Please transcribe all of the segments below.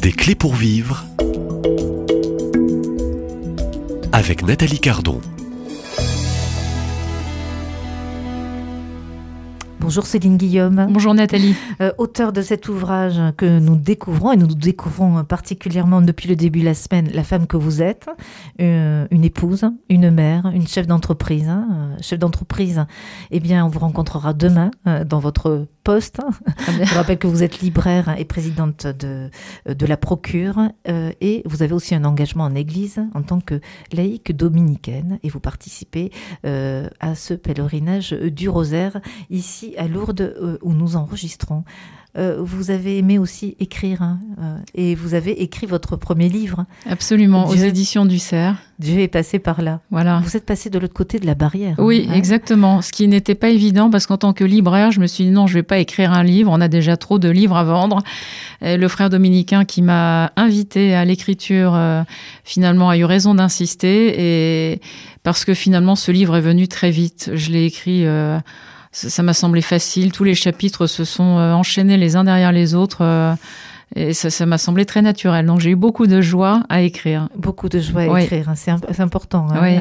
Des clés pour vivre avec Nathalie Cardon. Bonjour Céline Guillaume. Bonjour Nathalie. Auteur de cet ouvrage que nous découvrons, et nous découvrons particulièrement depuis le début de la semaine, la femme que vous êtes, une épouse, une mère, une chef d'entreprise. Chef d'entreprise, eh bien, on vous rencontrera demain dans votre poste. Je rappelle que vous êtes libraire et présidente de la Procure et vous avez aussi un engagement en Église en tant que laïque dominicaine et vous participez à ce pèlerinage du Rosaire ici à Lourdes où nous enregistrons. Vous avez aimé aussi écrire et vous avez écrit votre premier livre. Absolument, aux éditions du Cerf. Dieu est passé par là. Voilà. Vous êtes passé de l'autre côté de la barrière. Oui, exactement. Ce qui n'était pas évident parce qu'en tant que libraire, je me suis dit non, je ne vais pas écrire un livre. On a déjà trop de livres à vendre. Et le frère dominicain qui m'a invité à l'écriture, finalement, a eu raison d'insister. Et parce que finalement, ce livre est venu très vite. Je l'ai écrit... Ça m'a semblé facile. Tous les chapitres se sont enchaînés les uns derrière les autres. Et ça m'a semblé très naturel. Donc, j'ai eu beaucoup de joie à écrire. Beaucoup de joie à écrire. C'est important. Oui.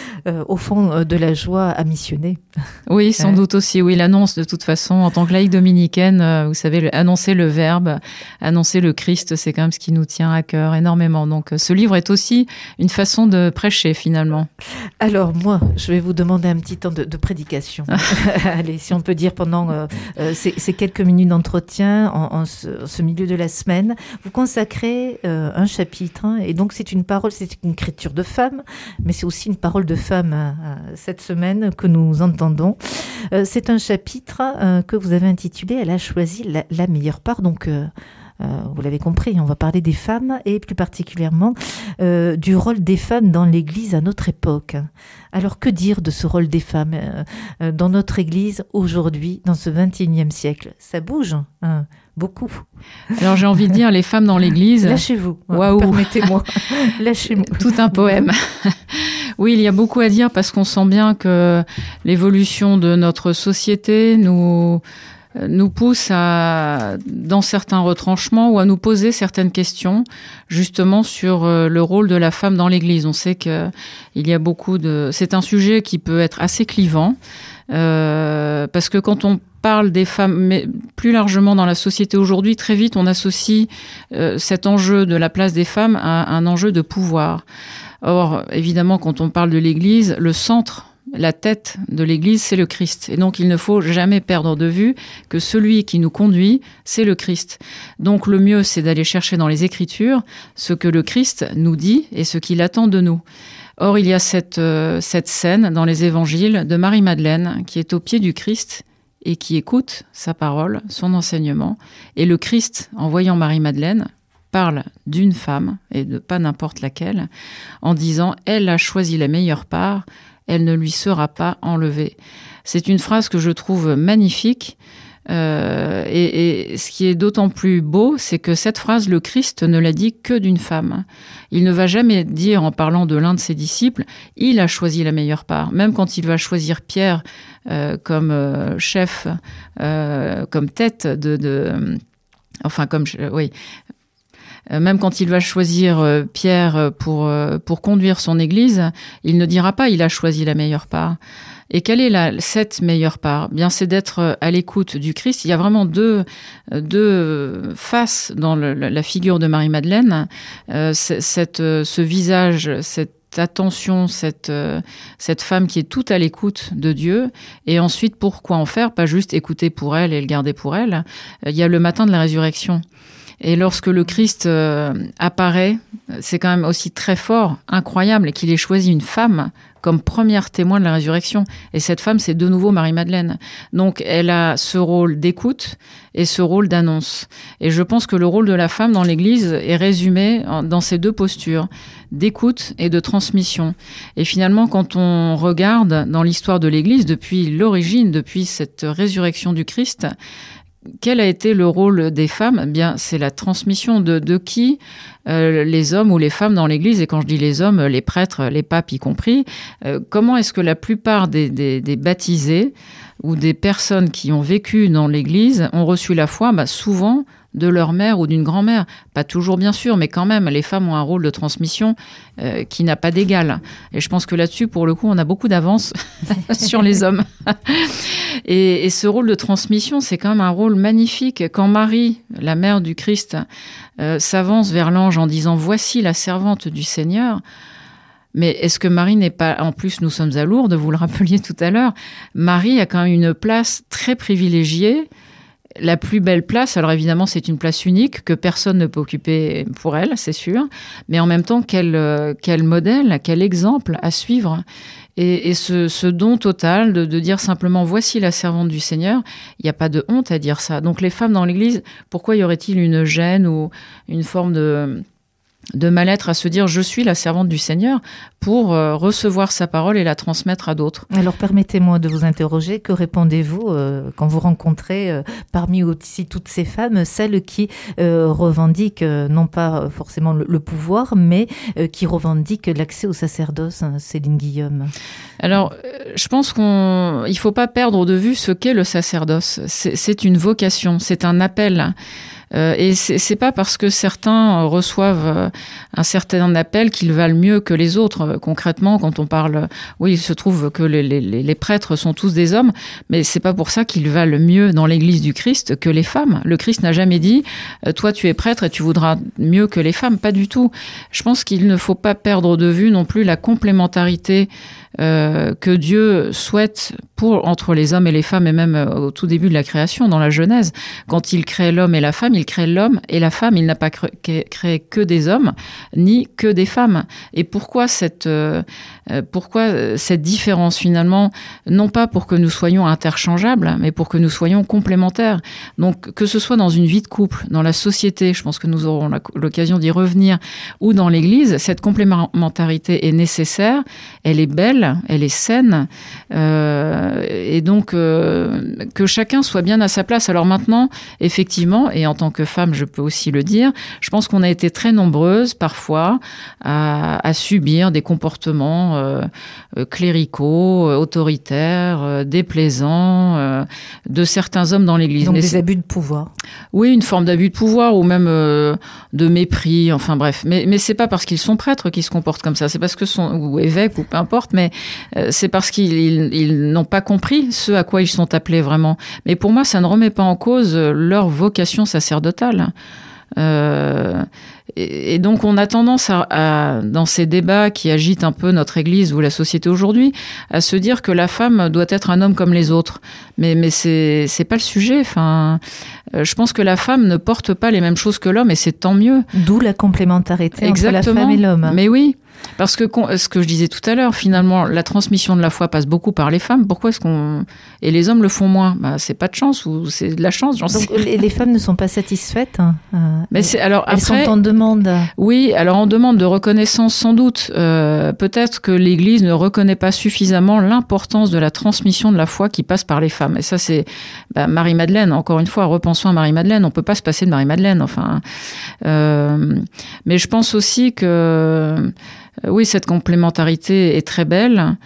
Au fond, de la joie à missionner. Oui, sans doute aussi. Oui, l'annonce, de toute façon, en tant que laïque dominicaine, vous savez, annoncer le Verbe, annoncer le Christ, c'est quand même ce qui nous tient à cœur énormément. Donc, ce livre est aussi une façon de prêcher, finalement. Alors, moi, je vais vous demander un petit temps de prédication. Allez, si on peut dire pendant ces quelques minutes d'entretien, en ce milieu de la semaine, vous consacrez un chapitre, et donc c'est une parole, c'est une écriture de femme, mais c'est aussi une parole de femme cette semaine que nous entendons. C'est un chapitre que vous avez intitulé « Elle a choisi la meilleure part », donc vous l'avez compris, on va parler des femmes et plus particulièrement du rôle des femmes dans l'Église à notre époque. Alors que dire de ce rôle des femmes dans notre Église aujourd'hui, dans ce 21e siècle? Ça bouge beaucoup. Alors j'ai envie de dire les femmes dans l'Église. Lâchez-vous, waouh. Permettez-moi. Lâchez-moi. Tout un poème. Oui, il y a beaucoup à dire parce qu'on sent bien que l'évolution de notre société nous pousse dans certains retranchements ou à nous poser certaines questions justement sur le rôle de la femme dans l'Église. On sait qu'il y a c'est un sujet qui peut être assez clivant parce que quand on parle des femmes, mais plus largement dans la société aujourd'hui, très vite on associe cet enjeu de la place des femmes à un enjeu de pouvoir. Or, évidemment, quand on parle de l'Église, le centre, la tête de l'Église, c'est le Christ. Et donc, il ne faut jamais perdre de vue que celui qui nous conduit, c'est le Christ. Donc, le mieux, c'est d'aller chercher dans les Écritures ce que le Christ nous dit et ce qu'il attend de nous. Or, il y a cette scène dans les Évangiles de Marie-Madeleine qui est au pied du Christ et qui écoute sa parole, son enseignement. Et le Christ, en voyant Marie-Madeleine, parle d'une femme, et de pas n'importe laquelle, en disant « Elle a choisi la meilleure part, elle ne lui sera pas enlevée ». C'est une phrase que je trouve magnifique. Et ce qui est d'autant plus beau, c'est que cette phrase, le Christ ne l'a dit que d'une femme. Il ne va jamais dire, en parlant de l'un de ses disciples, il a choisi la meilleure part. Même quand il va choisir Pierre comme chef, comme tête même quand il va choisir Pierre pour conduire son église, il ne dira pas il a choisi la meilleure part. Et quelle est cette meilleure part? Bien, c'est d'être à l'écoute du Christ. Il y a vraiment deux faces dans la figure de Marie-Madeleine. Ce visage, cette attention, cette femme qui est toute à l'écoute de Dieu. Et ensuite, pourquoi en faire? Pas juste écouter pour elle et le garder pour elle. Il y a le matin de la résurrection. Et lorsque le Christ apparaît, c'est quand même aussi très fort, incroyable, qu'il ait choisi une femme comme première témoin de la résurrection. Et cette femme, c'est de nouveau Marie-Madeleine. Donc, elle a ce rôle d'écoute et ce rôle d'annonce. Et je pense que le rôle de la femme dans l'Église est résumé dans ces deux postures, d'écoute et de transmission. Et finalement, quand on regarde dans l'histoire de l'Église, depuis l'origine, depuis cette résurrection du Christ, quel a été le rôle des femmes? Eh bien, c'est la transmission de qui les hommes ou les femmes dans l'Église, et quand je dis les hommes, les prêtres, les papes y compris, comment est-ce que la plupart des baptisés ou des personnes qui ont vécu dans l'Église ont reçu la foi, souvent de leur mère ou d'une grand-mère. Pas toujours, bien sûr, mais quand même, les femmes ont un rôle de transmission qui n'a pas d'égal. Et je pense que là-dessus, pour le coup, on a beaucoup d'avance sur les hommes. Et ce rôle de transmission, c'est quand même un rôle magnifique. Quand Marie, la mère du Christ, s'avance vers l'ange en disant « Voici la servante du Seigneur », mais est-ce que Marie n'est pas... En plus, nous sommes à Lourdes, vous le rappeliez tout à l'heure. Marie a quand même une place très privilégiée, la plus belle place. Alors évidemment, c'est une place unique que personne ne peut occuper pour elle, c'est sûr. Mais en même temps, quel modèle, quel exemple à suivre. Et ce don total de dire simplement « Voici la servante du Seigneur », il n'y a pas de honte à dire ça. Donc les femmes dans l'Église, pourquoi y aurait-il une gêne ou une forme de mal-être à se dire « je suis la servante du Seigneur » pour recevoir sa parole et la transmettre à d'autres. Alors permettez-moi de vous interroger, que répondez-vous quand vous rencontrez parmi aussi toutes ces femmes, celles qui revendiquent non pas forcément le pouvoir, mais qui revendiquent l'accès au sacerdoce, hein, Céline Guillaume? Alors, je pense qu'il ne faut pas perdre de vue ce qu'est le sacerdoce. C'est une vocation, c'est un appel. Et c'est pas parce que certains reçoivent un certain appel qu'ils valent mieux que les autres. Concrètement, quand on parle, oui, il se trouve que les prêtres sont tous des hommes, mais c'est pas pour ça qu'ils valent mieux dans l'Église du Christ que les femmes. Le Christ n'a jamais dit toi tu es prêtre et tu voudras mieux que les femmes, pas du tout. Je pense qu'il ne faut pas perdre de vue non plus la complémentarité que Dieu souhaite entre les hommes et les femmes, et même au tout début de la création, dans la Genèse. Quand il crée l'homme et la femme, il crée l'homme et la femme. Il n'a pas créé que des hommes, ni que des femmes. Et pourquoi cette différence finalement? Non pas pour que nous soyons interchangeables, mais pour que nous soyons complémentaires. Donc, que ce soit dans une vie de couple, dans la société, je pense que nous aurons l'occasion d'y revenir, ou dans l'Église, cette complémentarité est nécessaire, elle est belle, elle est saine, et donc que chacun soit bien à sa place. Alors maintenant, effectivement, et en tant que femme, je peux aussi le dire, je pense qu'on a été très nombreuses parfois à subir des comportements cléricaux, autoritaires, déplaisants de certains hommes dans l'Église. Donc des abus de pouvoir. Oui, une forme d'abus de pouvoir ou même de mépris, enfin bref. Mais c'est pas parce qu'ils sont prêtres qu'ils se comportent comme ça, c'est parce que ou évêques ou peu importe, mais c'est parce qu'ils n'ont pas compris ce à quoi ils sont appelés vraiment. Mais pour moi, ça ne remet pas en cause leur vocation sacerdotale. Et donc on a tendance dans ces débats qui agitent un peu notre Église ou la société aujourd'hui, à se dire que la femme doit être un homme comme les autres. Mais c'est pas le sujet. Enfin, je pense que la femme ne porte pas les mêmes choses que l'homme, et c'est tant mieux. D'où la complémentarité entre la femme et l'homme. Mais oui. Parce que ce que je disais tout à l'heure, finalement, la transmission de la foi passe beaucoup par les femmes. Pourquoi est-ce et les hommes le font moins? C'est pas de chance ou c'est de la chance, j'en sais. Donc les femmes ne sont pas satisfaites. Mais elles sont en demande. Oui, alors en demande de reconnaissance sans doute. Peut-être que l'Église ne reconnaît pas suffisamment l'importance de la transmission de la foi qui passe par les femmes. Et ça, c'est Marie-Madeleine. Encore une fois, repensons à Marie-Madeleine. On peut pas se passer de Marie-Madeleine. Enfin, mais je pense aussi que oui, cette complémentarité est très belle.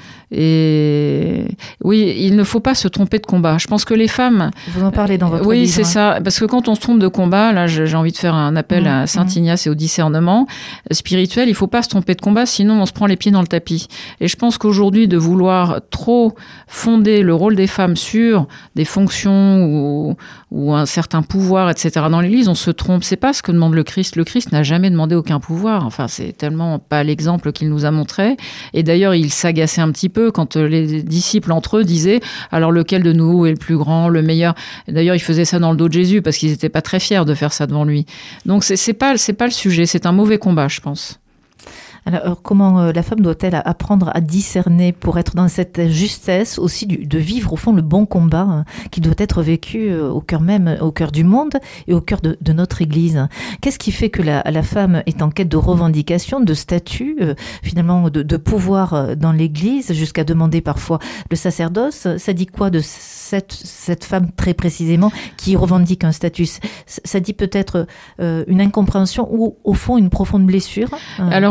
Et oui, il ne faut pas se tromper de combat. Je pense que les femmes... Vous en parlez dans votre livre. Oui, c'est ça. Parce que quand on se trompe de combat, là, j'ai envie de faire un appel à Saint Ignace et au discernement spirituel. Il ne faut pas se tromper de combat, sinon on se prend les pieds dans le tapis. Et je pense qu'aujourd'hui, de vouloir trop fonder le rôle des femmes sur des fonctions ou un certain pouvoir, etc. dans l'Église, on se trompe. C'est pas ce que demande le Christ. Le Christ n'a jamais demandé aucun pouvoir. Enfin, c'est tellement pas l'exemple qu'il nous a montré. Et d'ailleurs, il s'agaçait un petit peu quand les disciples entre eux disaient alors lequel de nous est le plus grand, le meilleur. D'ailleurs, ils faisaient ça dans le dos de Jésus parce qu'ils n'étaient pas très fiers de faire ça devant lui. Donc c'est pas le sujet, c'est un mauvais combat, je pense. Alors, comment la femme doit-elle apprendre à discerner pour être dans cette justesse aussi de vivre au fond le bon combat qui doit être vécu au cœur du monde et au cœur de notre Église? Qu'est-ce qui fait que la femme est en quête de revendication, de statut, finalement de pouvoir dans l'Église, jusqu'à demander parfois le sacerdoce? Ça dit quoi de cette femme très précisément qui revendique un statut? Ça dit peut-être une incompréhension ou au fond une profonde blessure? Alors une blessure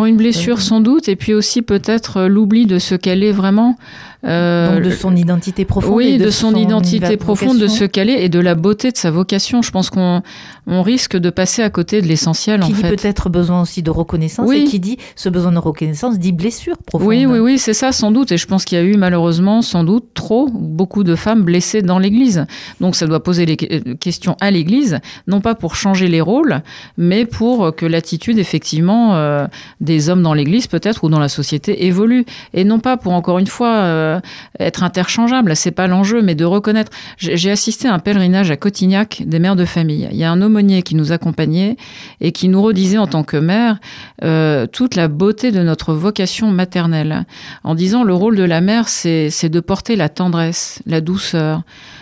blessures sans doute, et puis aussi peut-être l'oubli de ce qu'elle est vraiment. Donc de son identité profonde. Oui, de son identité profonde, de ce qu'elle est et de la beauté de sa vocation. Je pense qu'on risque de passer à côté de l'essentiel, en fait. Qui dit peut-être besoin aussi de reconnaissance, et qui dit ce besoin de reconnaissance dit blessure profonde. Oui, c'est ça sans doute. Et je pense qu'il y a eu malheureusement sans doute beaucoup de femmes blessées dans l'Église. Donc ça doit poser les questions à l'Église, non pas pour changer les rôles, mais pour que l'attitude effectivement des hommes dans l'Église peut-être ou dans la société évolue. Et non pas pour encore une fois être interchangeable, c'est pas l'enjeu, mais de reconnaître. J'ai assisté à un pèlerinage à Cotignac des mères de famille. Il y a un aumônier qui nous accompagnait et qui nous redisait en tant que mère toute la beauté de notre vocation maternelle, en disant le rôle de la mère, c'est de porter la tendresse, la douceur,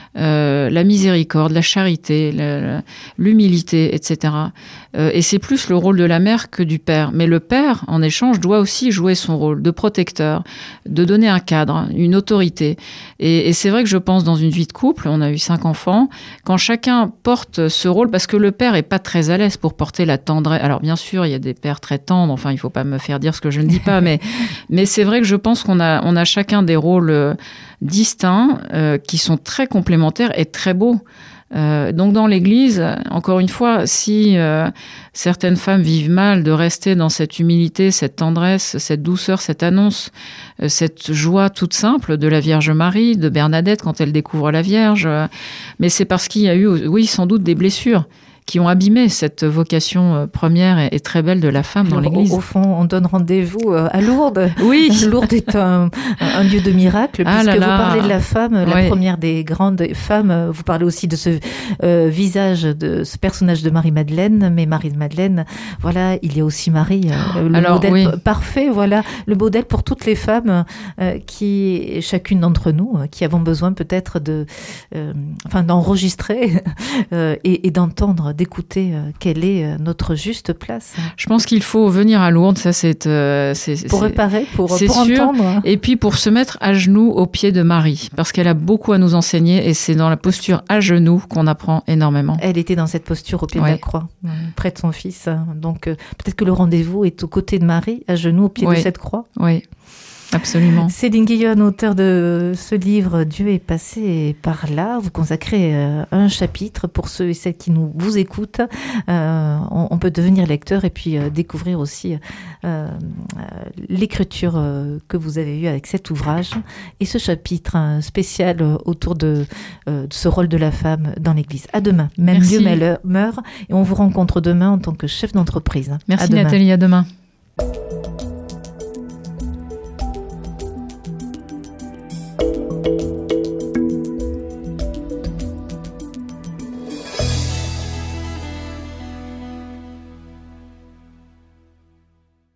la miséricorde, la charité, l'humilité, etc. Et c'est plus le rôle de la mère que du père. Mais le père, en échange, doit aussi jouer son rôle de protecteur, de donner un cadre, une autorité. Et c'est vrai que je pense dans une vie de couple, on a eu 5 enfants, quand chacun porte ce rôle, parce que le père est pas très à l'aise pour porter la tendresse. Alors bien sûr, il y a des pères très tendres, enfin il faut pas me faire dire ce que je ne dis pas, mais c'est vrai que je pense qu'on a chacun des rôles distincts qui sont très complémentaires et très beaux. Donc dans l'Église, encore une fois, si certaines femmes vivent mal de rester dans cette humilité, cette tendresse, cette douceur, cette annonce, cette joie toute simple de la Vierge Marie, de Bernadette quand elle découvre la Vierge, mais c'est parce qu'il y a eu, oui, sans doute des blessures qui ont abîmé cette vocation première et très belle de la femme dans l'Église. Au fond, on donne rendez-vous à Lourdes. Oui. Lourdes est un lieu de miracle, puisque vous parlez de la femme, la première des grandes femmes. Vous parlez aussi de ce visage, de ce personnage de Marie-Madeleine. Mais Marie-Madeleine, voilà, il y a aussi Marie, le modèle parfait, voilà, le modèle pour toutes les femmes qui, chacune d'entre nous, qui avons besoin peut-être d'enregistrer et d'entendre, d'écouter quelle est notre juste place. Je pense qu'il faut venir à Lourdes, ça c'est pour réparer, pour entendre. Et puis pour se mettre à genoux aux pieds de Marie, parce qu'elle a beaucoup à nous enseigner et c'est dans la posture à genoux qu'on apprend énormément. Elle était dans cette posture au pied de la croix, près de son fils. Donc peut-être que le rendez-vous est aux côtés de Marie, à genoux au pied de cette croix. Oui. Absolument. Céline Guillon, auteure de ce livre « Dieu est passé par là », vous consacrez un chapitre pour ceux et celles qui vous écoutent. On peut devenir lecteur et puis découvrir aussi l'écriture que vous avez eue avec cet ouvrage et ce chapitre spécial autour de ce rôle de la femme dans l'Église. À demain. Même Merci. Dieu meurt et on vous rencontre demain en tant que chef d'entreprise. Merci Nathalie, à demain.